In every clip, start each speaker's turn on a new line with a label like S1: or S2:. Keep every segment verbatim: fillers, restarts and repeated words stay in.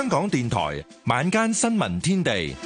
S1: 香港電台晚間新聞天地，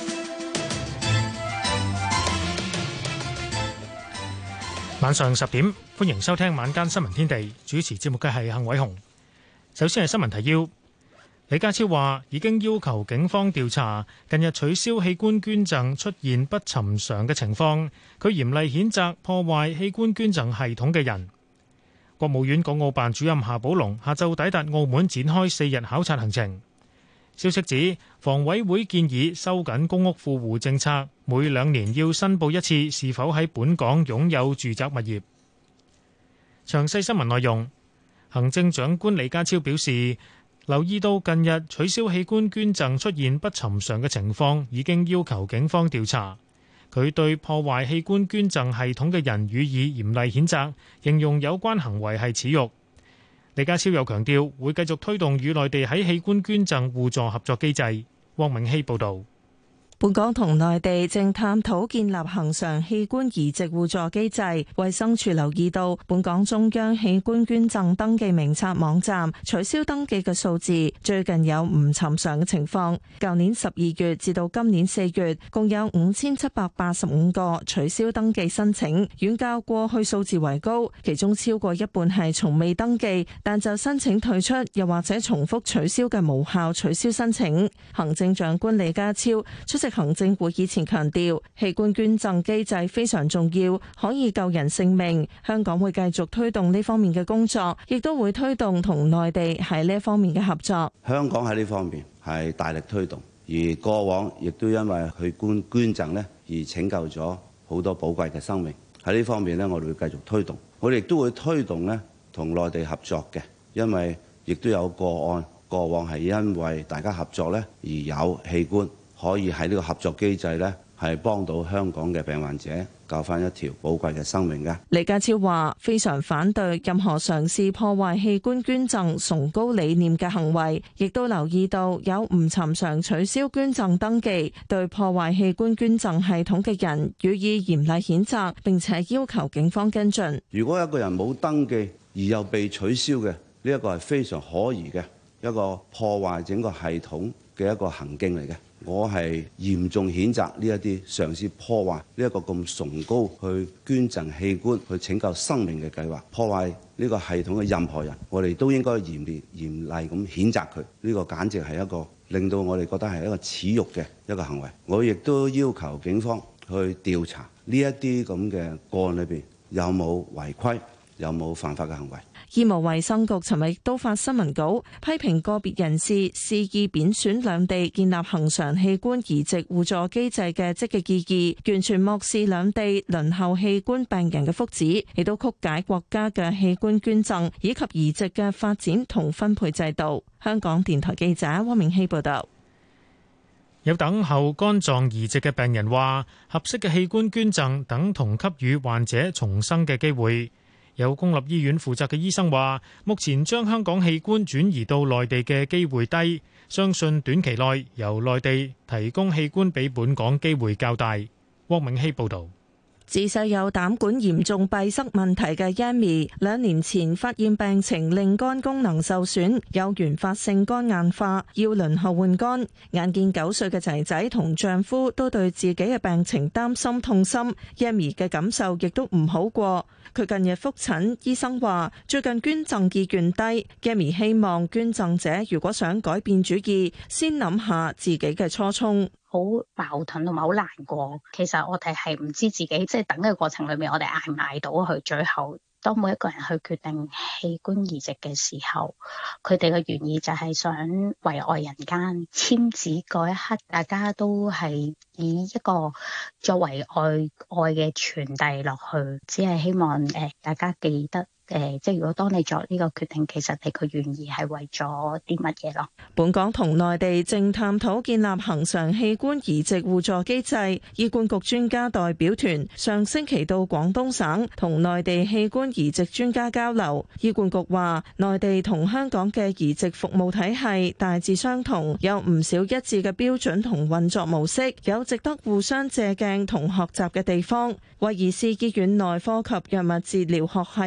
S2: 晚上十點，歡迎收聽晚間新聞天地。主持節目嘅係幸偉雄。首先係新聞提要。李家超話已經要求警方調查近日取消器官捐贈出現不尋常嘅情況，佢嚴厲譴責破壞器官捐贈系統嘅人。國務院港澳辦主任夏寶龍下晝抵達澳門展開四日考察行程。消息指，房委會建議收緊公屋富戶政策，每兩年要申報一次是否喺本港擁有住宅物業。詳細新聞內容，行政長官李家超表示，留意到近日取消器官捐贈出現不尋常嘅情況，已經要求警方調查。佢對破壞器官捐贈系統嘅人予以嚴厲譴責，形容有關行為係恥辱。李家超又強調，會繼續推動與內地喺器官捐贈互助合作機制。汪明希報導。
S3: 本港同內地正探討建立恆常器官移植互助機制。衛生署留意到，本港中央器官捐贈登記名冊網站取消登記嘅數字，最近有唔尋常嘅情況。舊年十二月至到今年四月，共有五千七百八十五個取消登記申請，遠較過去數字為高。其中超過一半係從未登記，但就申請退出又或者重複取消嘅無效取消申請。行政長官李家超出席行政會議前強調，器官捐贈機制非常重要，可以救人性命。香港會繼續推動呢方面嘅工作，亦都會推動同內地喺呢方面嘅合作。
S4: 香港喺呢方面係大力推動，而過往亦都因為器官捐贈呢而拯救咗好多寶貴嘅生命。喺呢方面呢，我哋會繼續推動，我哋亦都會推動呢同內地合作嘅，因為亦都有個案過往係因為大家合作呢而有器官。可以喺呢個合作機制呢，係幫到香港嘅病患者救翻一條寶貴嘅生命嘅。
S3: 李家超話非常反對任何嘗試破壞器官捐贈崇高理念嘅行為，亦都留意到有唔尋常取消捐贈登記，對破壞器官捐贈系統嘅人予以嚴厲譴責，並且要求警方跟進。
S4: 如果一個人冇登記而又被取消嘅，呢一個係非常可疑嘅一個破壞整個系統嘅一個行徑嚟嘅。我係嚴重譴責呢一啲嘗試破壞呢一個咁崇高去捐贈器官去拯救生命嘅計劃，破壞呢個系統嘅任何人，我哋都應該嚴厲嚴厲咁譴責佢。呢個簡直係一個令到我哋覺得係一個恥辱嘅一個行為。我亦都要求警方去調查呢一啲咁嘅個案裏邊有冇違規，有冇犯法嘅行為。
S3: 醫務衛生局尋日亦都發新聞稿，批評個別人士肆意貶損兩地建立恆常器官移植互助機制嘅積極意義，完全漠視兩地輪候器官病人嘅福祉，亦都曲解國家嘅器官捐贈以及移植嘅發展同分配制度。香港電台記者汪明希報道。
S2: 有等候肝臟移植嘅病人話，合適嘅器官捐贈等同給予患者重生嘅機會。有公立醫院負責嘅醫生話，目前將香港器官轉移到內地嘅機會低，相信短期內由內地提供器官俾本港機會較大。汪明希報導。
S3: 自細有膽管嚴重閉塞問題嘅 Yami， 兩年前發現病情令肝功能受損，有原發性肝硬化，要輪候換肝。眼見九歲嘅仔仔同丈夫都對自己嘅病情擔心痛心， Yami 嘅感受亦都唔好過。佢近日覆診，醫生話最近捐贈意願低。 Yami 希望捐贈者如果想改變主意，先諗下自己嘅初衷。
S5: 好矛盾同埋好難過，其實我哋係唔知自己即係等嘅過程裏面，我哋捱唔捱到去最後。當每一個人去決定器官移植嘅時候，佢哋嘅原意就係想為愛人間。簽字嗰一刻，大家都係以一個作為愛愛嘅傳遞落去，只係希望誒大家記得。誒，即係如果當你作呢個決定，其實你佢願意係為咗啲乜嘢咯？
S3: 本港同內地正探討建立恆常器官移植互助機制。醫管局專家代表團上星期到廣東省同內地器官移植專家交流。醫管局話，內地同香港嘅移植服務體系大致相同，有唔少一致嘅標準同運作模式，有值得互相借鏡同學習嘅地方。威爾斯醫院內科及藥物治療學系教授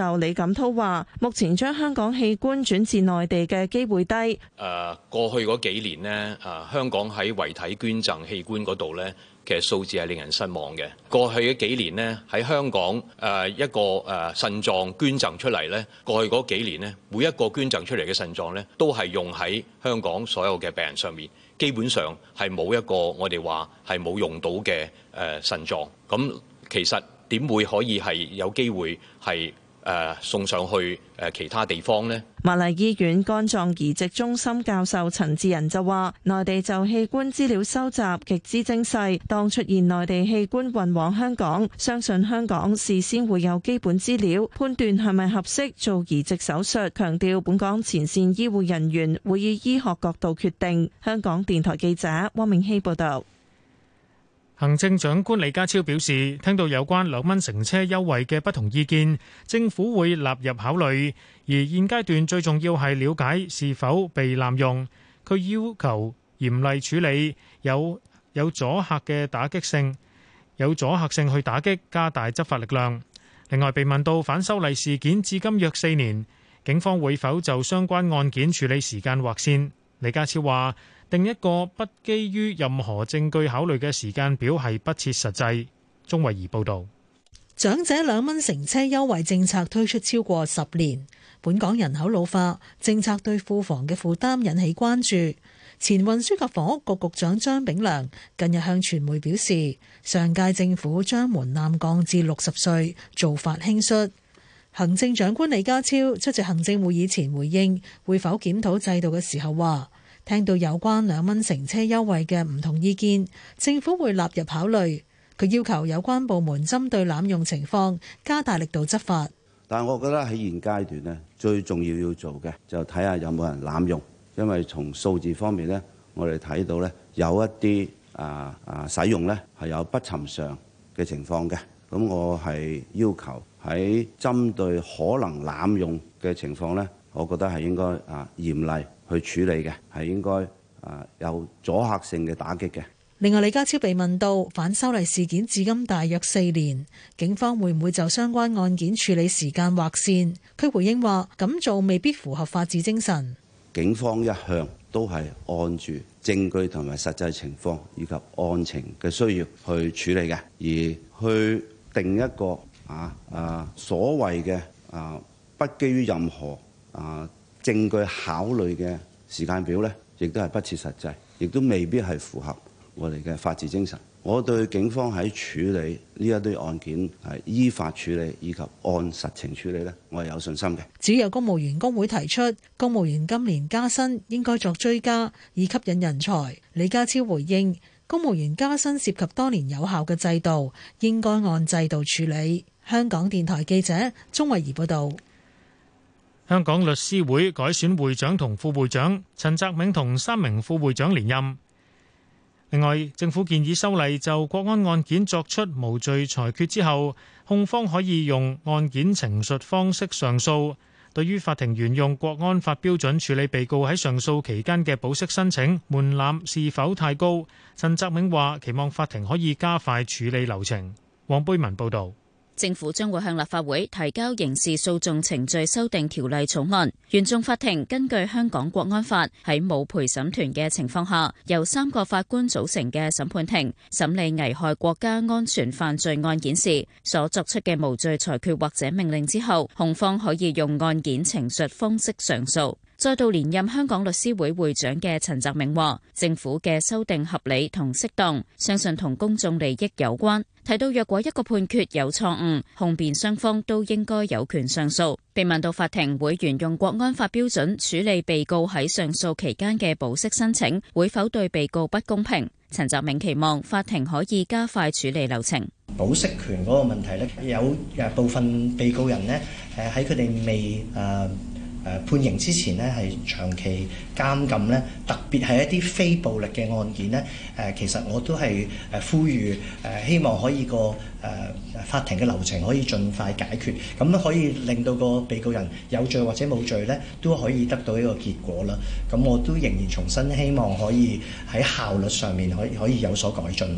S3: 授李錦滔話，目前將香港器官轉至內地嘅機會低。誒、
S6: 呃，過去嗰幾年呢，誒、呃、香港喺遺體捐贈器官嗰度呢，其實數字係令人失望嘅。過去嘅幾年呢，喺香港誒、呃、一個誒、呃、腎臟捐贈出嚟呢，過去嗰幾年呢，每一個捐贈出嚟嘅腎臟呢，都係用喺香港所有嘅病人上面，基本上係冇一個我哋話係冇用到嘅誒腎臟。咁其實點會可以係有機會係誒、呃、送上去誒其他地方呢？
S3: 瑪麗醫院肝臟移植中心教授陳志仁就話，內地就器官資料收集極之精細，當出現內地器官運往香港，相信香港事先會有基本資料，判斷係咪合適做移植手術。強調本港前線醫護人員會以醫學角度決定。香港電台記者汪明希報道。
S2: 行政長官李家超表示，聽到有關兩蚊乘車優惠嘅不同意見，政府會納入考慮，而現階段最重要係了解是否被濫用。佢要求嚴厲處理，有有阻嚇嘅打擊性，有阻嚇性去打擊，加大執法力量。另外，被問到反修例事件至今約四年，警方會否就相關案件處理時間劃線？李家超話，定一個不基於任何證據考慮嘅時間表係不切實際。鍾慧儀報導。
S7: 長者兩蚊乘車優惠政策推出超過十年，本港人口老化，政策對庫房嘅負擔引起關注。前運輸及房屋局局長張炳良近日向傳媒表示，上屆政府將門檻降至六十歲，做法輕率。行政長官李家超出席行政會議前回應會否檢討制度嘅時候話，聽到有關兩蚊乘車優惠嘅唔同意見，政府會納入考慮。佢要求有關部門針對濫用情況加大力度執法。
S4: 但係我覺得喺現階段呢，最重要要做嘅就睇下有冇人濫用，因為從數字方面呢，我哋睇到呢有一啲啊啊使用呢係有不尋常嘅情況嘅。咁我係要求喺針對可能濫用嘅情況呢，我覺得係應該啊嚴厲去處理嘅，係應該啊有阻嚇性嘅打擊嘅。
S7: 另外，李家超被問到反修例事件至今大約四年，警方會唔會就相關案件處理時間劃線？佢回應話：咁做未必符合法治精神。
S4: 警方一向都係按住證據同埋實際情況以及案情嘅需要去處理嘅，而去定一個啊啊所謂嘅啊不基於任何啊證據考慮嘅時間表呢，亦都係不切實際，亦都未必係符合我哋嘅法治精神。我對警方喺處理呢一堆案件係依法處理以及按實情處理呢，我係有信心嘅。
S7: 至於有公務員工會提出，公務員今年加薪應該作追加，以吸引人才。李家超回應，公務員加薪涉及多年有效嘅制度，應該按制度處理。香港電台記者鍾慧儀報道。
S2: 香港律師會改選會長同副會長，陳澤銘同三名副會長連任。另外，政府建議修例就國安案件作出無罪裁決之後，控方可以用案件陳述方式上訴。對於法庭沿用國安法標準處理被告喺上訴期間嘅保釋申請，門檻是否太高？陳澤銘話期望法庭可以加快處理流程。黃貝文報導。
S8: 政府將會向立法會提交刑事訴訟程序修訂條例草案。原訟法庭根據香港國安法，喺冇陪審團嘅情況下，由三個法官組成嘅審判庭審理危害國家安全犯罪案件時所作出嘅無罪裁決或者命令之後，控方可以用案件陳述方式上訴。再度連任香港律師會會長嘅陳澤銘話，政府嘅修訂合理同適當，相信同公眾利益有關。提到若果一個判決有錯誤，控辯雙方都應該有權上訴。被問到法庭會沿用國安法標準處理被告喺上訴期間嘅保釋申請，會否對被告不公平？陳澤銘期望法庭可以加快處理流程。
S9: 保釋權嗰個問題呢，有誒部分被告人呢，誒喺佢哋未誒。誒判刑之前呢，係長期監禁呢，特別係一啲非暴力嘅案件呢。誒其實我都係誒呼籲誒，希望可以個誒法庭嘅流程可以盡快解決，咁可以令到個被告人有罪或者冇罪呢，都可以得到一個結果啦。咁我都仍然重新希望可以喺效率上面可以可以有所改進咯。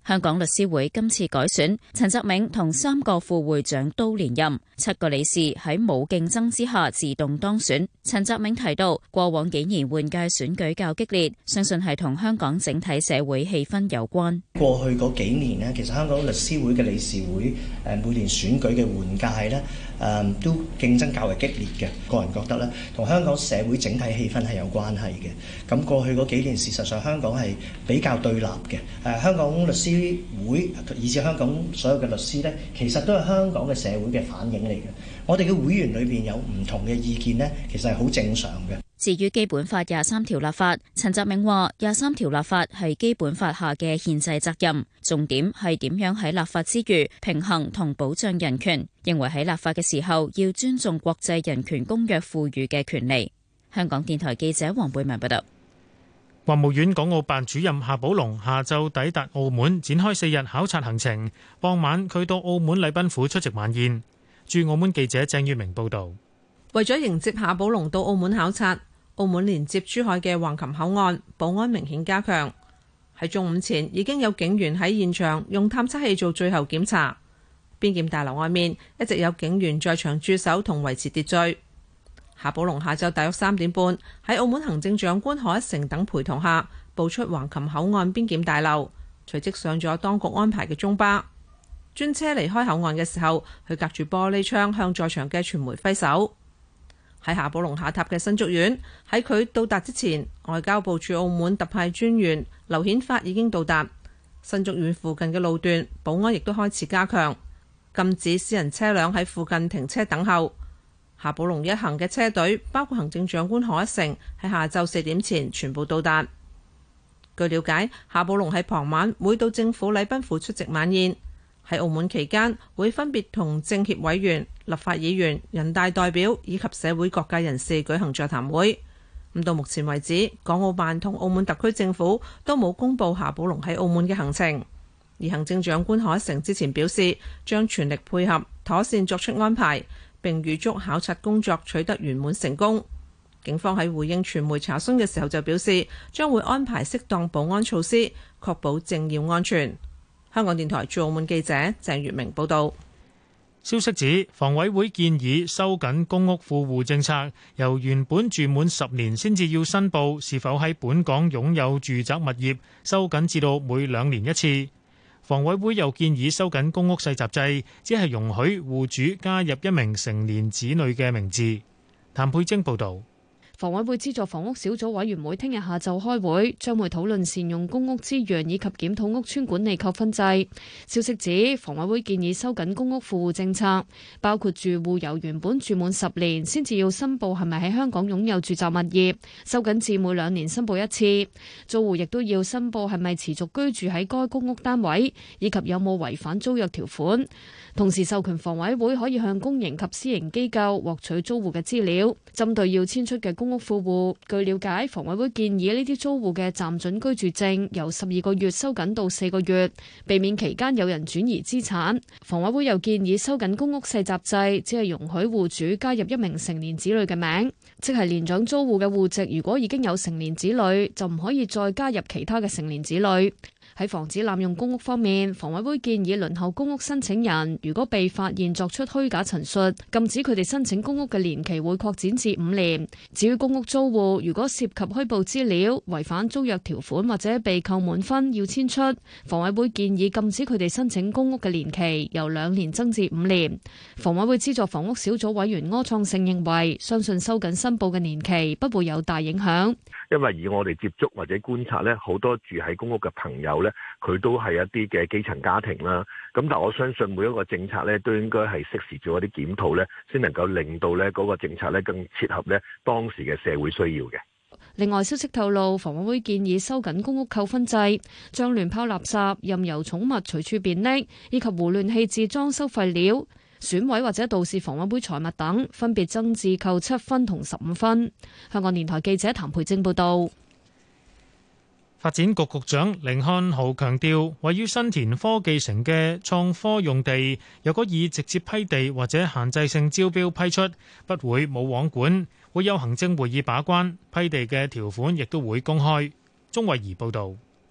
S8: 香港律師會今次改選，陳澤銘同三個副會長都連任，七個理事喺冇競爭之下自動當選。陳澤銘提到，過往幾年換屆選舉較激烈，相信係同香港整體社會氣氛有關。
S9: 過去嗰幾年呢，其實香港律師會嘅理事會誒每年選舉嘅換屆呢，誒都競爭較為激烈嘅。個人覺得呢，同香港社會整體氣氛係有關係嘅。咁過去嗰幾年，事實上香港係比較對立嘅。誒香港律師會以至香港所有嘅律師呢，其實都係香港嘅社會嘅反映嚟嘅。我哋嘅會員裏邊有唔同嘅意見呢，其實係好正常嘅。
S8: 至於基本法廿三條立法，陳澤銘話廿三條立法係基本法下嘅憲制責任，重點係點樣喺立法之餘平衡同保障人權，認為喺立法嘅時候要尊重國際人權公約賦予嘅權利。香港電台記者黃貝文報道。
S2: 國務院港澳辦主任夏寶龍下晝抵達澳門，展開四日考察行程。傍晚佢到澳門禮賓府出席晚宴。駐澳門記者鄭月明報道。
S10: 為咗迎接夏寶龍到澳門考察，澳門連接珠海嘅橫琴口岸保安明顯加強。喺中午前已經有警員喺現場用探測器做最後檢查。邊檢大樓外面一直有警員在場駐守同維持秩序。夏寶龍下晝大約三點半喺澳門行政長官賀一誠等陪同下步出橫琴口岸邊檢大樓，隨即上咗當局安排嘅中巴。專車離開口岸嘅時候，佢隔住玻璃窗向在場嘅傳媒揮手。喺夏寶龍下榻嘅新竹苑，喺佢到達之前，外交部駐澳門特派專員劉顯發已經到達。新竹苑附近嘅路段保安亦都開始加強，禁止私人車輛喺附近停車等候。夏寶龍一行嘅車隊包括行政長官賀一誠喺下晝四點前全部到達。據了解，夏寶龍喺傍晚會到政府禮賓府出席晚宴。喺澳門期間會分別同政協委員、立法議員、人大代表以及社會各界人士舉行座談會。咁到目前為止，港澳辦同澳門特區政府都冇公布夏寶龍喺澳門嘅行程。而行政長官賀一誠之前表示，將全力配合，妥善作出安排，並預祝考察工作取得圓滿成功。警方喺回應傳媒查詢嘅時候就表示，將會安排適當保安措施，確保政要安全。香港電台駐澳門記者鄭月明報道。
S2: 消息指，房委會建議收緊公屋富戶政策，由原本住滿十年先至要申報是否喺本港擁有住宅物業，收緊至到每兩年一次。房委會又建議收緊公屋世襲制，只係容許戶主加入一名成年子女嘅名字。譚佩晶報導。
S11: 房委會資助房屋小組委員會聽日下晝開會，將會討論善用公屋資源以及檢討屋邨管理扣分制。消息指，房委會建議收緊公屋富戶政策，包括住戶由原本住滿十年先至要申報係咪喺香港擁有住宅物業，收緊至每兩年申報一次。租戶亦都要申報係咪持續居住喺該公屋單位，以及有冇違反租約條款。同時授權房委會可以向公營及私營機構獲取租戶嘅資料，針對要遷出嘅公屋富戶。據了解，房委會建議呢啲租戶嘅暫准居住證由十二個月收緊到四個月，避免期間有人轉移資產。房委會又建議收緊公屋世襲制，只係容許戶主加入一名成年子女嘅名，即係年長租戶嘅戶籍如果已經有成年子女，就唔可以再加入其他嘅成年子女。喺防止濫用公屋方面，房委會建議輪候公屋申請人如果被發現作出虛假陳述，禁止佢哋申請公屋嘅年期會擴展至五年。至於公屋租戶，如果涉及虛報資料、違反租約條款或者被扣滿分要遷出，房委會建議禁止佢哋申請公屋嘅年期由兩年增至五年。房委會資助房屋小組委員柯創盛認為，相信收緊申報嘅年期不會有大影響。
S12: 因為以我哋接觸或者觀察咧，好多住喺公屋嘅朋友咧，佢都係一啲嘅基層家庭啦。咁但我相信每一個政策咧，都應該係適時做一啲檢討咧，先能夠令到咧嗰個政策咧更切合咧當時嘅社會需要嘅。
S11: 另外，消息透露，房委會建議收緊公屋扣分制，將亂拋垃圾、任由寵物隨處便溺以及胡亂棄置裝修廢料、損毀或者盜竊房委會財物等，分別增至扣七分同十五分。香港電台記者譚培正報道。
S2: 發展局局長甯漢豪強調，位於新田科技城嘅創科用地，若果以直接批地或者限制性招標批出，不會冇網管，會有行政會議把關，批地嘅條款亦都會公開。鍾慧儀報導。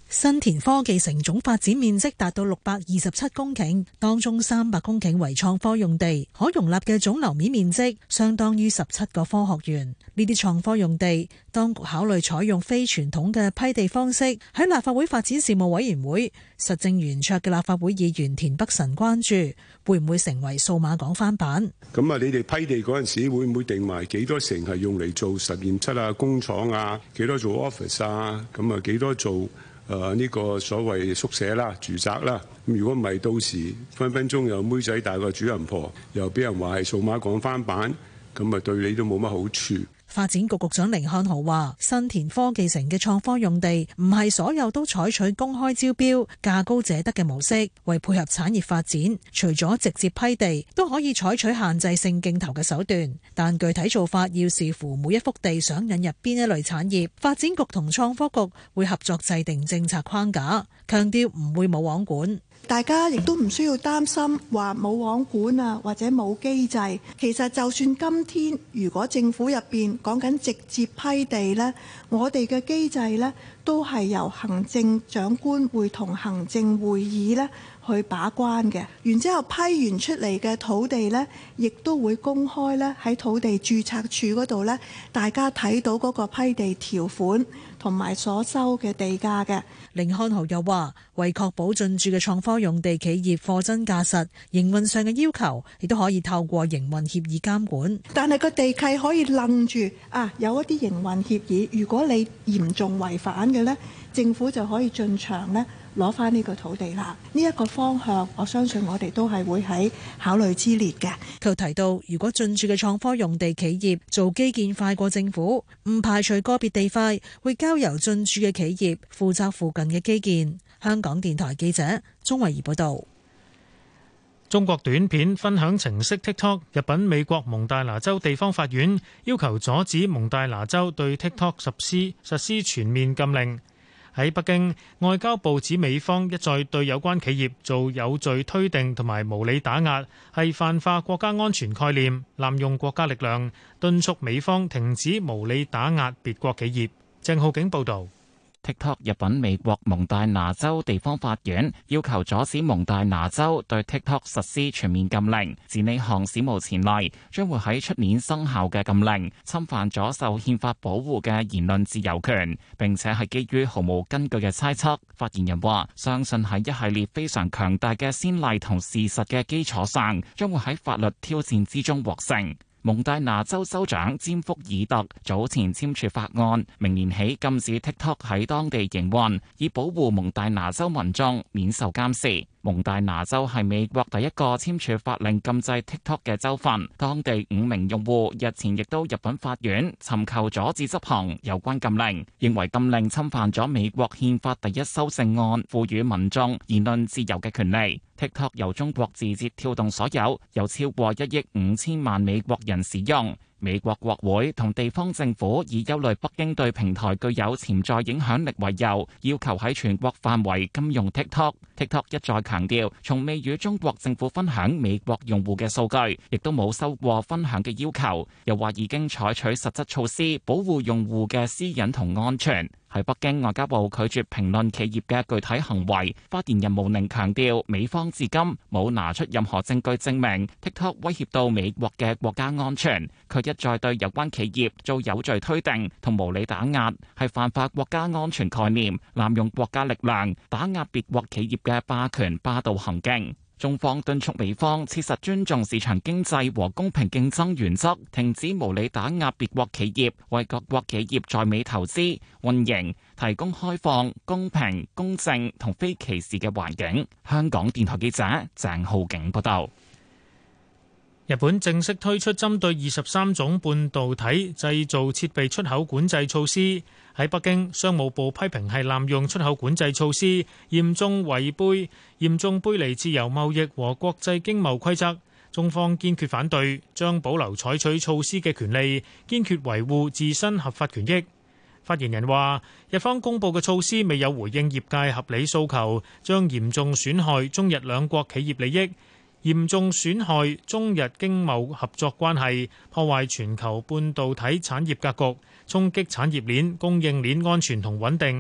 S7: 新田科技城總發展面積達到六百二十七公頃，當中三百公頃為創科用地，可容納嘅總樓面面積相當於十七個科學園。呢啲創科用地，當局考慮採用非傳統嘅批地方式。喺立法會發展事務委員會，實政圓桌嘅立法會議員田北辰關注，會唔會成為數碼港翻版？
S13: 咁啊，你哋批地嗰陣時會唔會定埋幾多成係用嚟做實驗室啊、工廠啊？幾多做 office 啊？咁啊，幾多做？誒呢、呃這個所謂宿舍啦、住宅啦，咁如果唔係，到時分分鐘有妹仔大過主人婆，又俾人話係數碼港翻版，咁啊對你都冇乜好處。
S7: 發展局局長甯漢豪話：新田科技城嘅創科用地唔係所有都採取公開招標、價高者得嘅模式，為配合產業發展，除咗直接批地，都可以採取限制性競投嘅手段。但具體做法要視乎每一幅地想引入邊一類產業。發展局同創科局會合作制定政策框架，強調唔會冇網管。
S14: 大家亦都唔需要擔心話冇網管啊，或者冇機制。其實就算今天如果政府入邊講緊直接批地呢，我哋嘅機制呢都係由行政長官會同行政會議呢去把關嘅。然之後批完出嚟嘅土地呢，亦都會公開呢喺土地註冊處嗰度呢，大家睇到嗰個批地條款同埋所收嘅地價嘅。
S7: 甯漢豪又話，為確保進駐嘅創科用地企業貨真價實，營運上嘅要求亦都可以透過營運協議監管。
S14: 但係個地契可以愣住啊，有一啲營運協議，如果你嚴重違反嘅呢，政府就可以進場呢攞翻呢個土地啦。呢一個方向，我相信我哋都係會喺考慮之列嘅。
S7: 佢提到，如果進駐嘅創科用地企業做基建快過政府，唔排除個別地塊會交由進駐嘅企業負責附近嘅基建。香港電台記者鍾慧儀報道。
S2: 中國短片分享程式 TikTok 入稟美國蒙大拿州地方法院，要求阻止蒙大拿州對 TikTok 實施實施全面禁令。喺北京，外交部指美方一再對有關企業做有罪推定同埋無理打壓，係泛化國家安全概念，濫用國家力量，敦促美方停止無理打壓別國企業。鄭浩景報導。
S15: TikTok 入稟美國蒙大拿州地方法院，要求阻止蒙大拿州對 TikTok 實施全面禁令，指呢項史無前例，將會喺出年生效嘅禁令，侵犯咗受憲法保護嘅言論自由權，並且係基於毫無根據嘅猜測。發言人話：相信喺一系列非常強大嘅先例同事實嘅基礎上，將會喺法律挑戰之中獲勝。蒙大拿州州長詹福爾特早前簽署法案，明年起禁止 TikTok 喺當地營運，以保護蒙大拿州民眾免受監視。蒙大拿州係美國第一個簽署法令禁制 TikTok 嘅州份，當地五名用戶日前亦都入稟法院，尋求阻止執行有關禁令，認為禁令侵犯咗美國憲法第一修正案賦予民眾言論自由嘅權利。TikTok 由中國字節跳動所有，有超過一億五千萬美國人使用。美國國會同地方政府以憂慮北京對平台具有潛在影響力為由，要求喺全國範圍禁用 TikTok。TikTok 一再強調，從未與中國政府分享美國用戶嘅數據，亦都冇收過分享嘅要求。又話已經採取實質措施保護用戶嘅私隱同安全。喺北京，外交部拒絕評論企業嘅具體行為。發言人毛寧強調，美方至今冇拿出任何證據證明 TikTok 威脅到美國嘅國家安全。佢一再對有關企業做有罪推定同無理打壓，係泛化國家安全概念，濫用國家力量，打壓別國企業嘅霸權霸道行徑。中方敦促美方切實尊重市場經濟和公平競爭原則，停止無理打壓別國企業，為各國企業在美投資、運營提供開放、公平、公正同非歧視嘅環境。香港電台記者鄭浩景報道。
S2: 日本正式推出針對二十三種半導體製造設備出口管制措施。喺北京，商務部批評係濫用出口管制措施，嚴重違背、嚴重背離自由貿易和國際經貿規則。中方堅決反對，將保留採取措施嘅權利，堅決維護自身合法權益。發言人話：日方公布嘅措施未有回應業界合理訴求，將嚴重損害中日兩國企業利益，嚴重損害中日經貿合作關係，破壞全球半導體產業格局，衝擊產業鏈、供應鏈安全同穩定。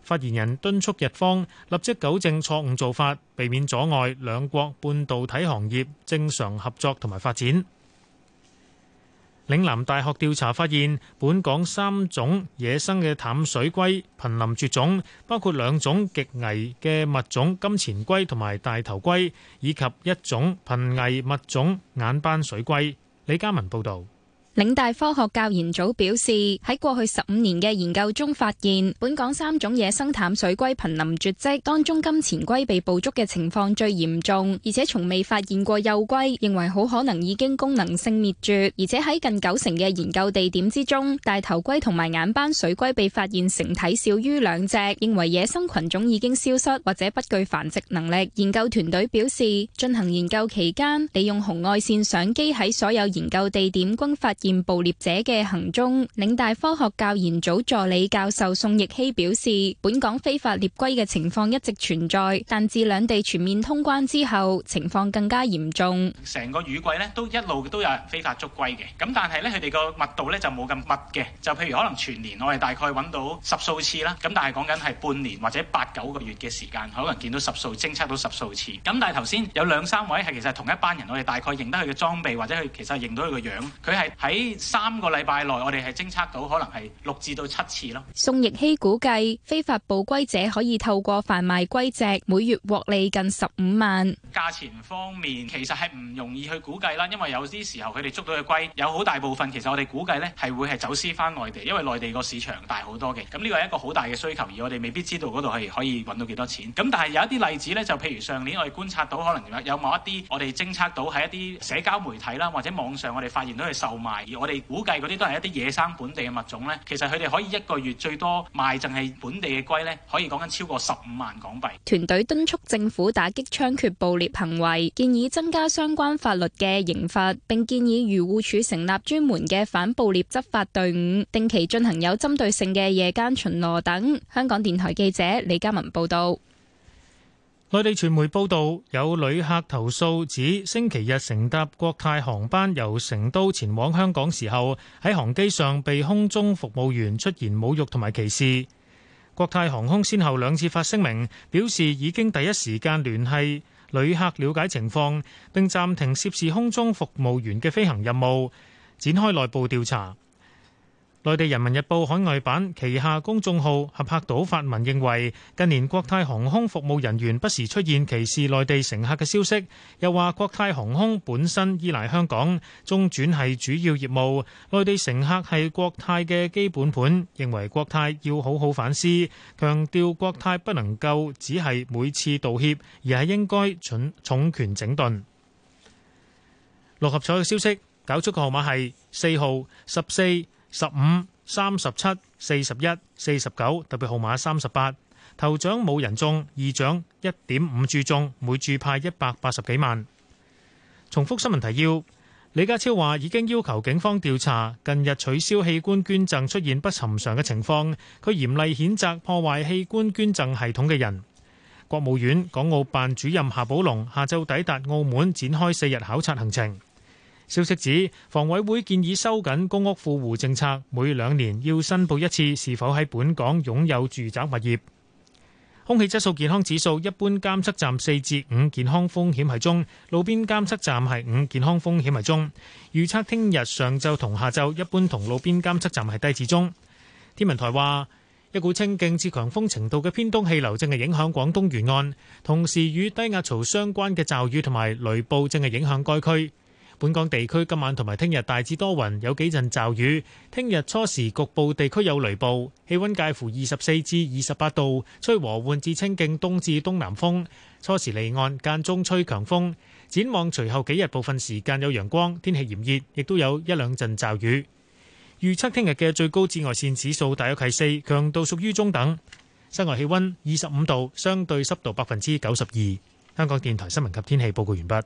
S2: 發言人敦促日方立即糾正錯誤做法，避免阻礙兩國半導體行業正常合作同埋發展。嶺南大學調查發現，本港三種野生嘅淡水龜瀕臨絕種，包括兩種極危嘅物種金錢龜同埋大頭龜，以及一種瀕危物種眼斑水龜。李嘉文報導。
S16: 嶺大科學教研組表示，喺過去十五年嘅研究中發現，本港三種野生淡水龜瀕臨絕跡，當中金錢龜被捕捉嘅情況最嚴重，而且從未發現過幼龜，認為好可能已經功能性滅絕。而且喺近九成嘅研究地點之中，大頭龜同埋眼斑水龜被發現成體少於兩隻，認為野生群種已經消失或者不具繁殖能力。研究團隊表示，進行研究期間，利用紅外線相機喺所有研究地點均發現捕獵者嘅行蹤。嶺大科學教研組助理教授宋奕希表示，本港非法獵龜嘅情況一直存在，但自兩地全面通關之後，情況更加嚴重。
S17: 成個雨季咧都一路都有人非法捉龜嘅，咁但係咧佢哋個密度咧就冇咁密嘅，就譬如可能全年我哋大概揾到十數次啦，咁但係講緊係半年或者八九個月嘅時間，可能見到十數偵測到十數次。咁但係頭先有兩三位係其實同一班人，我哋大概認得佢嘅裝備或者佢其實認到佢個樣，佢係喺喺三個禮拜內，我哋係偵測到可能係六至到七次咯。
S16: 宋奕希估計，非法捕龜者可以透過販賣龜隻，每月獲利近十五萬。
S17: 價錢方面，其實係唔容易去估計啦，因為有啲時候佢哋捉到嘅龜，有好大部分其實我哋估計呢係會係走私翻內地，因為內地個市場大好多嘅。咁呢個係一個好大嘅需求，而我哋未必知道嗰度係可以揾到幾多錢。咁但係有一啲例子呢，就譬如上年我哋觀察到，可能有有某一啲我哋偵測到喺一啲社交媒體啦，或者網上我哋發現到佢售賣。而我哋估計嗰啲都係一啲野生本地嘅物種咧，其實佢哋可以一個月最多賣淨係本地嘅龜咧，可以講緊超過十五萬港幣。
S16: 團隊敦促政府打擊猖獗捕獵行為，建議增加相關法律嘅刑罰，並建議漁護署成立專門嘅反捕獵執法隊伍，定期進行有針對性嘅夜間巡邏等。香港電台記者李嘉文報道。
S2: 內地傳媒報道，有旅客投訴指星期日乘搭國泰航班由成都前往香港時候，喺航機上被空中服務員出言侮辱同埋歧視。國泰航空先後兩次發聲明，表示已經第一時間聯繫旅客了解情況，並暫停涉事空中服務員嘅飛行任務，展開內部調查。內地人民日報海外版旗下公眾號合拍島發文認為，近年國泰航空服務人員不時出現歧視內地乘客嘅消息，又話國泰航空本身依賴香港，中轉係主要業務，內地乘客係國泰嘅基本盤，認為國泰要好好反思，強調國泰不能夠只係每次道歉，而係應該重重拳整頓。六合彩嘅消息，搞出個號碼係四號、十四、十五、三十七、四十一、四十九，特別號碼三十八。頭獎冇人中，二獎一點五注中，每注派一百八十幾萬。重複新聞提要：李家超話已經要求警方調查近日取消器官捐贈出現不尋常嘅情況，佢嚴厲譴責破壞器官捐贈系統嘅人。國務院港澳辦主任夏寶龍下晝抵達澳門，展開四日考察行程。消息指，房委會建議收緊公屋富戶政策，每兩年要申報一次是否喺本港擁有住宅物業。空氣質素健康指數一般監測站四至五，健康風險係中；路邊監測站係五，健康風險係中。預測聽日上晝同下晝一般同路邊監測站係低至中。天文台話，一股清勁至強風程度嘅偏東氣流正係影響廣東沿岸，同時與低壓槽相關嘅驟雨同埋雷暴正係影響該區。本港地區今晚同埋聽日大致多雲，有幾陣驟雨。聽日初時局部地區有雷暴，氣温介乎二十四至二十八度，吹和緩至清勁東至東南風。初時離岸，間中吹強風。展望隨後幾日部分時間有陽光，天氣炎熱，亦都有一兩陣驟雨。預測聽日嘅最高紫外線指數大約係四，強度屬於中等。室外氣温二十五度，相對濕度百分之九十二。香港電台新聞及天氣報告完畢。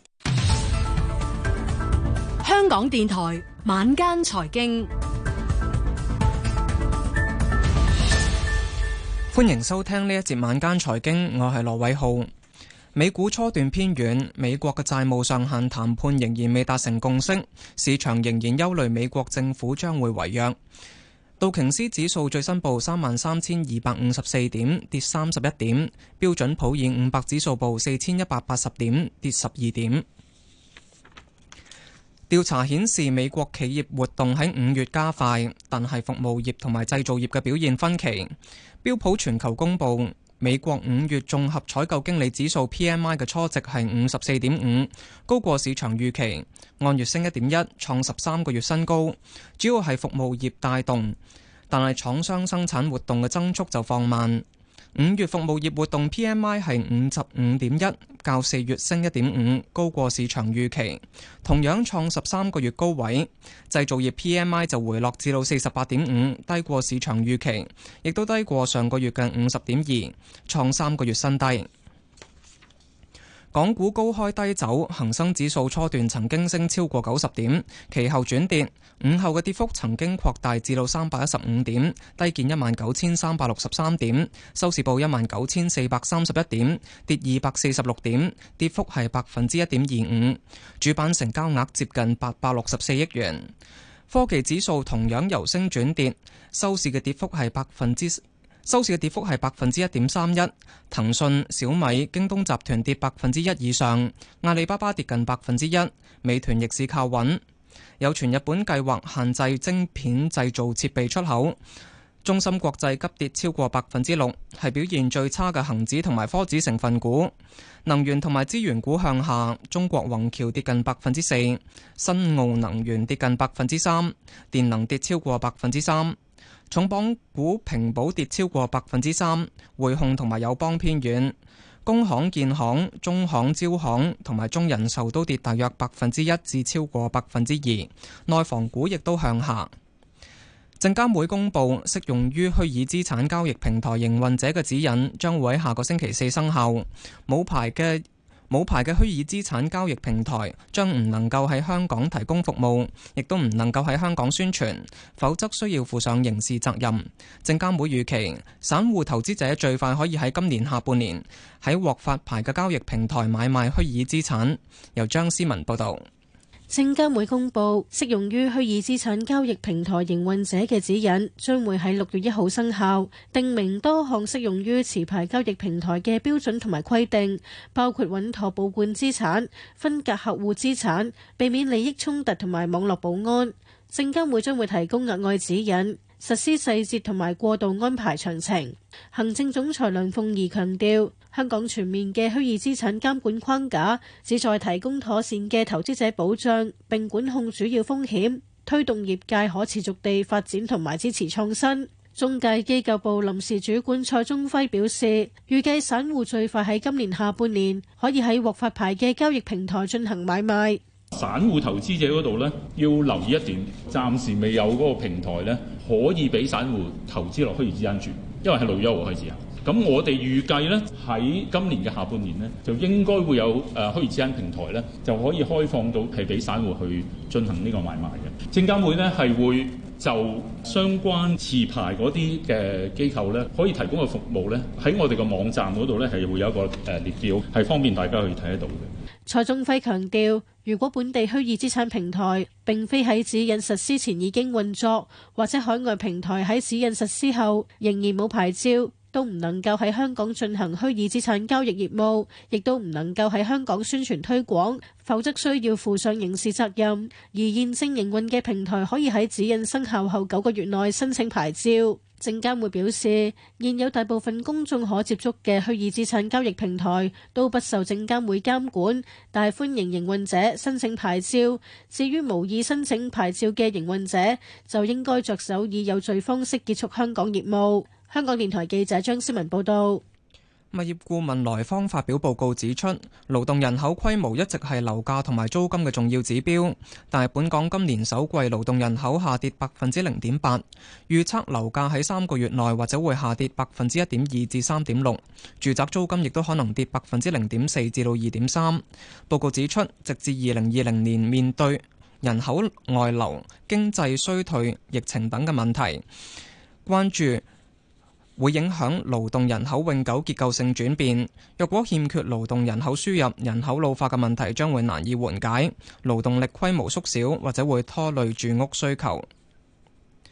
S18: 香港電台晚間財經，
S19: 歡迎收聽呢一節晚間財經，我係羅偉浩。美股初段偏軟，美國嘅債務上限談判仍然未達成共識，市場仍然憂慮美國政府將會違約。 道瓊斯指數最新報三萬三千二百五十四點，跌三十一點。標準普爾五百指數報四千一百八十點，跌十二點。調查顯示，美國企業活動喺五月加快，但係服務業同埋製造業嘅表現分歧。標普全球公佈美國五月綜合採購經理指數 P M I 嘅初值係五十四點五，高過市場預期，按月升一點一，創十三個月新高。主要係服務業帶動，但係廠商生產活動嘅增速就放慢。五月服務業活動 P M I 係五十五點一，較四月升一點五，高過市場預期，同樣創十三個月高位。製造業 P M I 就回落至到四十八點五，低過市場預期，亦都低過上個月嘅五十點二，創三個月新低。港股高開低走，恒生指數初段曾經升超過九十點，其後轉跌，午後嘅跌幅曾經擴大至到三百一十五點，低見一萬九千三百六十三點，收市報一萬九千四百三十一點，跌二百四十六點，跌幅係百分之一點二五。主板成交額接近八百六十四億元。科技指數同樣由升轉跌，收市嘅跌幅係百分之。收市嘅跌幅係百分之一點三一，騰訊、小米、京東集團跌百分之一以上，阿里巴巴跌近百分之一，美團逆市靠穩。有傳日本計劃限制晶片製造設備出口，中芯國際急跌超過百分之六，係表現最差嘅恒指同埋科指成分股。能源同埋資源股向下，中國宏橋跌近百分之四，新奧能源跌近百分之三，電能跌超過百分之三。重磅股平保跌超過百分之三，匯控同埋友邦偏軟，工行、建行、中行、招行同埋中人壽都跌大約百分之一至超過百分之二，內房股亦都向下。證監會公佈適用於虛擬資產交易平台營運者嘅指引，將會喺下個星期四生效。冇牌嘅冇牌嘅虛擬資產交易平台將唔能夠喺香港提供服務，亦都唔能夠喺香港宣傳，否則需要負上刑事責任。證監會預期，散戶投資者最快可以喺今年下半年喺獲發牌嘅交易平台買賣虛擬資產。由張思文報導。
S20: 證監會公佈適用於虛擬資產交易平台營運者嘅指引，將會喺六月一號生效，定明多項適用於持牌交易平台嘅標準同埋規定，包括穩妥保管資產、分隔客戶資產、避免利益衝突同埋網絡保安。證監會將會提供額外指引，實施細節同埋過渡安排詳情。行政總裁梁鳳儀強調，香港全面嘅虛擬資產監管框架旨在提供妥善嘅投資者保障，並管控主要風險，推動業界可持續地發展同埋支持創新。中介機構部臨時主管蔡宗輝表示，預計散戶最快喺今年下半年可以喺獲發牌嘅交易平台進行買賣。
S21: 散戶投資者嗰度呢，要留意一點，暫時未有嗰個平台呢，可以俾散戶投資落虛擬資產住，因為係六月一號開始啊。咁我哋預計呢，喺今年嘅下半年呢，就應該會有誒虛擬資產平台呢，就可以開放到係俾散戶去進行呢個買賣嘅。證監會呢，係會就相關持牌嗰啲嘅機構呢，可以提供嘅服務呢，喺我哋個網站嗰度呢，係會有一個誒列表，係方便大家去睇得到嘅。
S20: 蔡宗輝強調，如果本地虛擬資產平台並非喺指引實施前已經運作，或者海外平台喺指引實施後仍然冇牌照，都唔能夠喺香港進行虛擬資產交易業務，亦都唔能夠喺香港宣傳推廣，否則需要負上刑事責任。而現正營運嘅平台可以喺指引生效後九個月內申請牌照。證監會表示，現有大部分公眾可接觸嘅虛擬資產交易平台都不受證監會監管，但係歡迎營運者申請牌照。至於無意申請牌照嘅營運者，就應該着手以有序方式結束香港業務。香港電台記者張思文報道。
S19: 物業顧問萊坊發表報告指出，勞動人口規模一直係樓價同埋租金嘅重要指標，但係本港今年首季勞動人口下跌百分之零點八，預測樓價喺三個月內或者會下跌百分之一點二至三點六，住宅租金亦都可能跌百分之零點四至到二點三。報告指出，直至二零二零年面對人口外流、經濟衰退、疫情等嘅問題，關注會影響勞動人口永久結構性轉變。若果欠缺勞動人口輸入，人口老化嘅問題將會難以緩解，勞動力規模縮小或者會拖累住屋需求。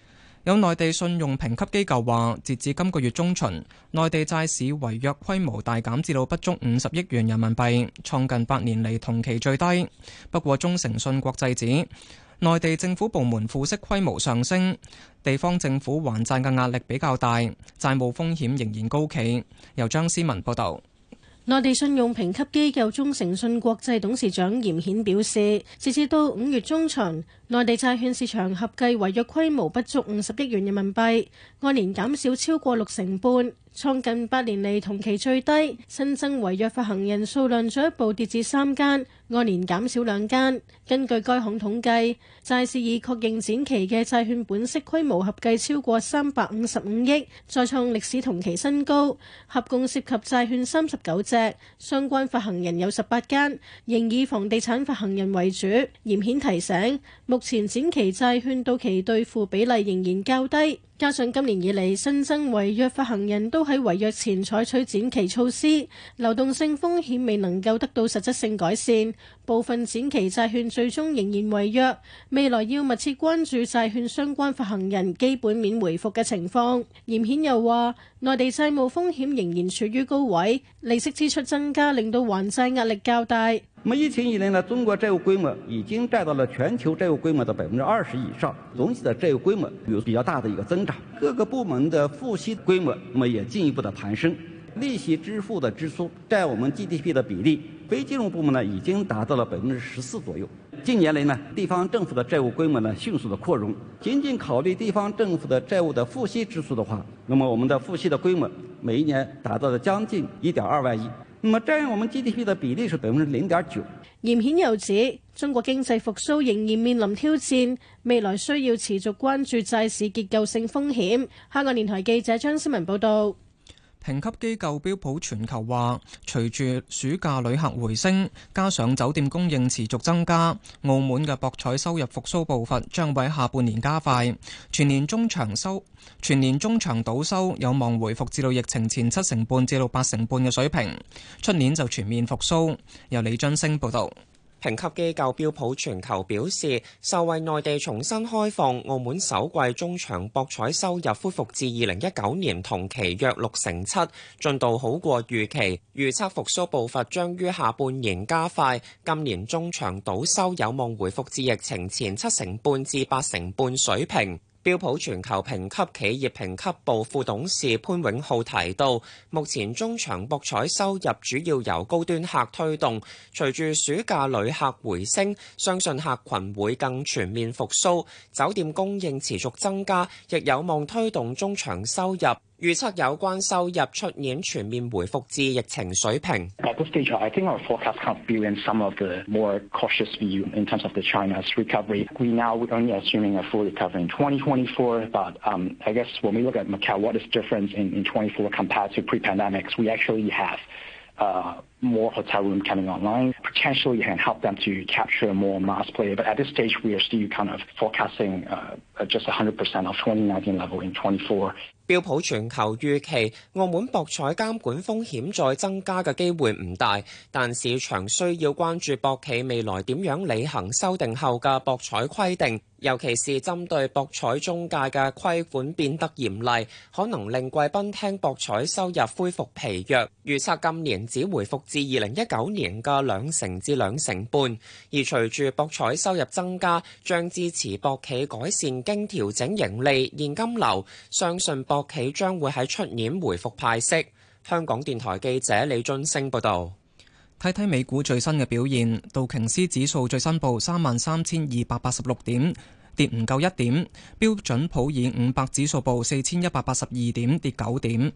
S19: 有內地信用評級機構話，截至今個月中旬，內地債市違約規模大減至到不足五十億元人民幣，創近八年嚟同期最低。不過，中誠信國際指，內地政府部門負息規模上升，地方政府還債嘅壓力比較大，債務風險仍然高企。由張思文報導。
S20: 內地信用評級機構中誠信國際董事長嚴顯表示，截至到五月中旬，內地債券市場合計違約規模不足五十億元人民幣，按年減少超過六成半，創近八年嚟同期最低。新增違約發行人數量進一步跌至三間，按年減少兩間。根據該行統計，債市已確認展期嘅債券本息規模合計超過三百五十五億，再創歷史同期新高，合共涉及債券三十九隻，相關發行人有十八間，仍以房地產發行人為主。嚴顯提醒，目前展期債券到期兌付比例仍然較低，加上今年以嚟新增違約發行人都喺違約前採取展期措施，流動性風險未能夠得到實質性改善，部分展期債券最終仍然違約，未來要密切關注債券相關發行人基本面回復嘅情況。嚴顯又話，內地債務風險仍然處於高位，利息支出增加令到還債壓力較大。
S1: 那麼疫情以來呢，中國債務規模已經佔到了全球債務規模的百分之二十以上，總體的債務規模有比較大的一個增長，各個部門的付息規模那麼也進一步的攀升，利息支付的支出佔我們 G D P 的比例，非金融部門呢已經達到了百分之十四左右。近年來呢，地方政府的債務規模呢迅速的擴容，僅僅考慮地方政府的債務的付息支出的話，那麼我們的付息的規模每一年達到了將近一點二萬億。那麼佔我們 G D P 的比例是百分之零點九。
S20: 嚴顯又指，中國經濟復甦仍然面臨挑戰，未來需要持續關注債市結構性風險。香港電台記者張思文報道。
S19: 評級機構標普全球話，隨住暑假旅客回升，加上酒店供應持續增加，澳門嘅博彩收入復甦步伐將會喺下半年加快，全年中場收全年中場賭收有望回復至到疫情前七成半至到八成半嘅水平，出年就全面復甦。由李津升報導。
S22: 評級機構標普全球表示，受惠內地重新開放，澳門首季中場博彩收入恢復至二零一九年同期約六成七，進度好過預期，預測復甦步伐將於下半年加快。今年中場賭收有望回復至疫情前七成半至八成半水平。標普全球評級企業評級部副董事潘永浩提到，目前中場博彩收入主要由高端客推動，隨住暑假旅客回升，相信客群會更全面復甦，酒店供應持續增加，亦有望推動中場收入。預測有關收入出年全面回復至疫情水平。
S23: At this stage, I think our forecast kind of build in some of the more cautious view in terms of the China's recovery. We now only assuming a full recovery in twenty twenty-four, but um, I guess when we look at Macau, what is different in, in twenty-four compared to pre-pandemics? We actually have uh, more hotel room coming online. Potentially can help them to capture more mass play, but at this stage, we are still kind of forecasting uh, just one hundred percent of twenty nineteen level in twenty-four.
S22: 標普全球預期澳門博彩監管風險再增加嘅機會唔大，但市場需要關注博企未來點樣履行修訂後嘅博彩規定，尤其是針對博彩中介嘅規管變得嚴厲，可能令貴賓廳博彩收入恢復疲弱。預測今年只回復至二零一九年嘅兩成至兩成半，而隨住博彩收入增加，將支持博企改善經調整盈利現金流，相信博企將會喺出年回復派息。香港電台記者李津升報導。
S19: 睇睇美股最新嘅表現，道瓊斯指數最新報三萬三千二百八十六點，跌唔夠一點；標準普爾五百指數報四千一百八十二點，跌九點。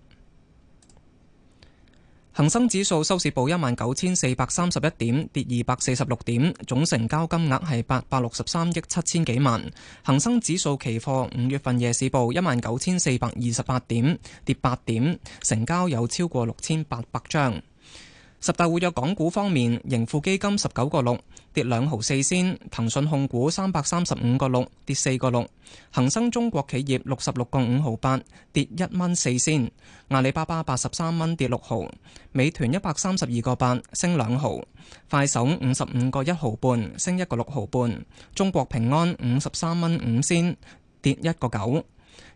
S19: 恒生指數收市報一萬九千四百三十一點，跌二百四十六點，總成交金額係八百六十三億七千幾萬。恒生指數期貨五月份夜市報一萬九千四百二十八點，跌八點，成交有超過六千八百張。十大活躍港股方面，盈富基金十九個六跌兩毫四仙，騰訊控股三百三十五個六跌四個六，恒生中國企業六十六個五毫八跌一蚊四仙，阿里巴巴八十三蚊跌六毫，美團一百三十二個八升兩毫，快手五十五個一毫半升一個六毫半，中國平安五十三蚊五仙跌一個九，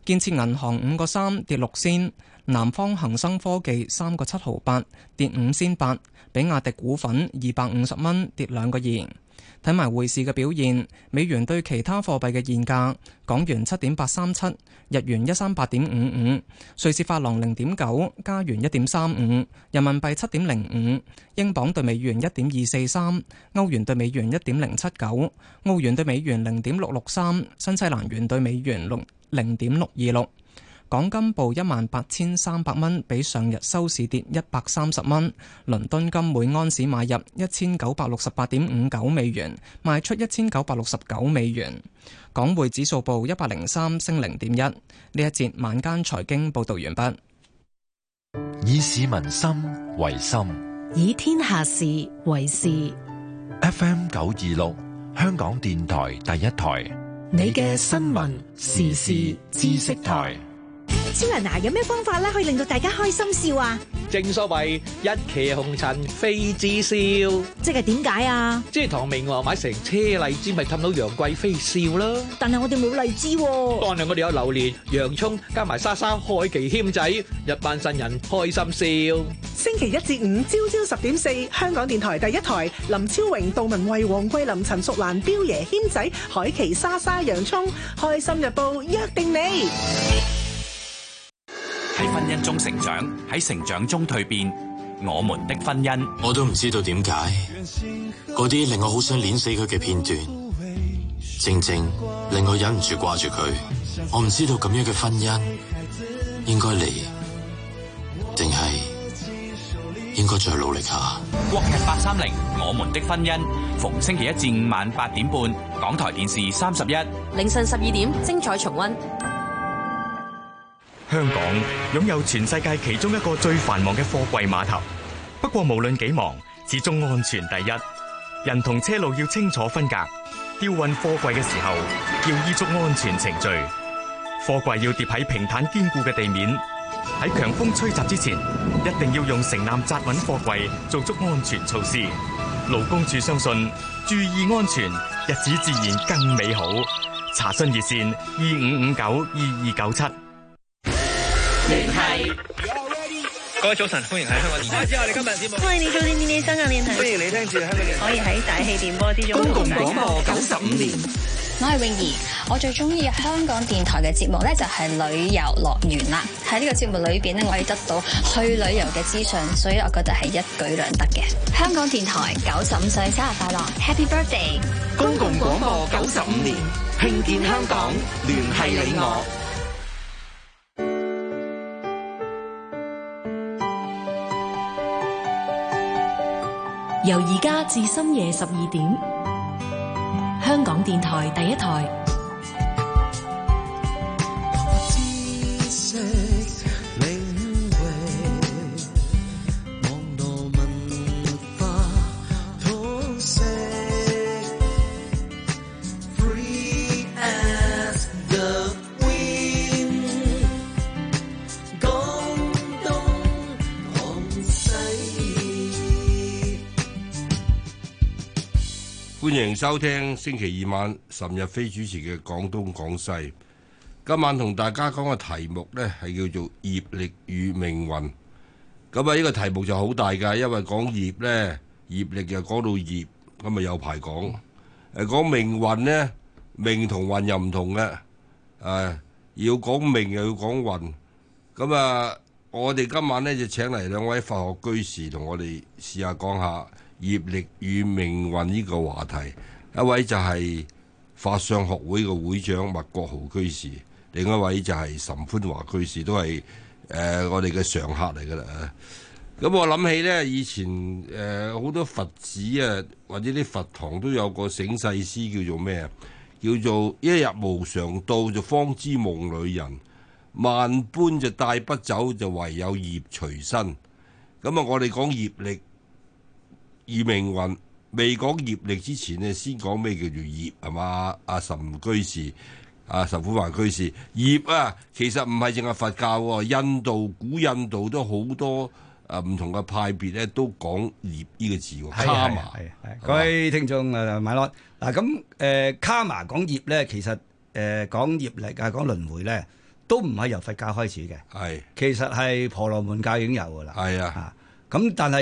S19: 建設銀行五個三跌六仙，南方恒生科技三個七毫八跌五仙八，比亞迪股份二百五十蚊跌兩個二。睇埋匯市嘅表現，美元對其他貨幣嘅現價：港元七點八三七，日元一三八點五五，瑞士法郎零點九，加元一點三五，人民幣七點零五，英鎊對美元一點二四三，歐元對美元一點零七九，澳元對美元零點六六三，新西蘭元對美元零點六二六。港金報一萬八千三百蚊，比上日收市跌一百三十蚊。倫敦金每安士買入一千九百六十八點五九美元，賣出一千九百六十九美元。港匯指數報一百零三，升零點一。呢一節晚間財經報道完畢。
S3: 以市民心為心，
S18: 以天下事為事。
S3: F M 九二六，香港電台第一台，
S18: 你嘅新聞時事知識台。
S5: 超人啊，有咩方法咧可以令到大家開心笑啊？
S6: 正所謂一騎紅塵妃子笑，
S5: 即係點解啊？
S6: 即係唐明皇買成車荔枝，咪氹到楊貴妃笑啦。
S5: 但係我哋冇荔枝喎。
S6: 當然我哋有榴蓮、洋葱，加埋莎莎、海琪謙仔，一班新人開心笑。
S24: 星期一至五朝朝十點四，香港電台第一台，林超榮、杜文慧、黃桂林、陳淑蘭、彪爺、謙仔、海琪、莎莎、洋葱，開心日報約定你。
S25: 喺婚姻中成長，喺成長中蛻變，我們的婚姻。
S26: 我都唔知道點解，嗰啲令我好想碾死佢嘅片段，正正令我忍唔住掛住佢。我唔知道咁樣嘅婚姻應該離，定係應該再努力下。
S25: 國劇八三零，我們的婚姻，逢星期一至五晚八點半，港台電視三十一，
S18: 凌晨十二點精彩重溫。
S27: 香港擁有全世界其中一個最繁忙嘅貨櫃碼頭，不過無論幾忙，始終安全第一。人同車路要清楚分隔，吊運貨櫃嘅時候要依足安全程序。貨櫃要疊喺平坦堅固嘅地面，喺強風吹襲之前，一定要用繩纜紮穩貨櫃，做足安全措施。勞工處相信，注意安全，日子自然更美好。查詢熱線二五五九二二九七。
S28: 聯繫各位早晨，歡迎喺香港電台。之後你今日節目，歡迎你做電電香港電台。歡迎你聽住香港電台。可以喺大氣電波之中。公共廣播九十五年。
S16: 我係泳兒，我最中意香港電台嘅節目咧就係旅遊樂園啦。喺呢個節目裏邊咧，我可以得到去旅遊嘅資訊，所以我覺得係一舉兩得嘅。香港電台九十五歲生日快樂 ，Happy Birthday！
S28: 公共廣播九十五年，興建香港，聯繫你我。
S18: 由而家至深夜十二點，香港電台第一台。
S29: 歡迎收聽星期二晚岑日飛主持嘅廣東廣西。今晚同大家講嘅題目呢係叫做業力與命運。咁啊呢個題目就好大㗎，因為講業呢，業力又講到業，咁啊有排講。誒講命運呢，命同運又唔同嘅。誒要講命又要講運。咁啊，我哋今晚呢就請嚟兩位法學居士同我哋試下講下業力與命運呢個話題。一位就係法相學會嘅會長麥國豪居士，另一位就係岑寬華居士，都係誒、呃、我哋嘅常客嚟噶啦。咁我諗起呢，以前誒好、呃、多佛寺啊，或者啲佛堂都有個醒世詩叫做咩啊？叫做一日無常到，就方知夢裏人，萬般就帶不走，就唯有業隨身。咁啊，我哋講業力與命運，未講業力之前呢，先講咩叫做業係嘛？阿岑居士、阿岑寬華居士，業啊，其實唔係淨係佛教喎，印度古印度都好多誒唔同嘅派別咧，都講業呢個字喎。卡瑪，
S30: 各位聽眾誒買落嗱咁誒卡瑪講業咧，其實誒講業力啊，講輪迴咧。 都唔係由佛教開始嘅，
S29: 係
S30: 其實係婆羅門教已經有㗎啦。
S29: 係啊，
S30: 咁但係